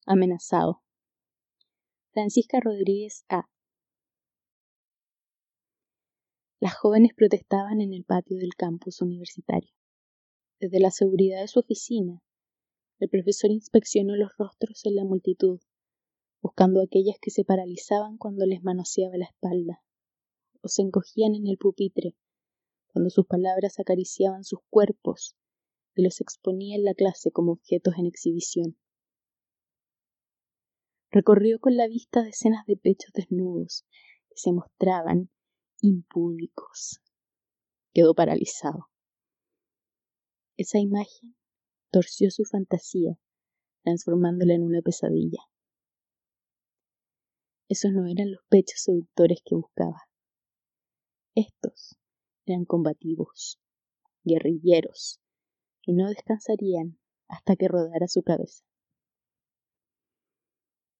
Amenazado. Francisca Rodríguez A. Las jóvenes protestaban en el patio del campus universitario. Desde la seguridad de su oficina, el profesor inspeccionó los rostros en la multitud, buscando aquellas que se paralizaban cuando les manoseaba la espalda, o se encogían en el pupitre cuando sus palabras acariciaban sus cuerpos y los exponía en la clase como objetos en exhibición. Recorrió con la vista decenas de pechos desnudos que se mostraban impúdicos. Quedó paralizado. Esa imagen torció su fantasía, transformándola en una pesadilla. Esos no eran los pechos seductores que buscaba. Estos eran combativos, guerrilleros, y no descansarían hasta que rodara su cabeza.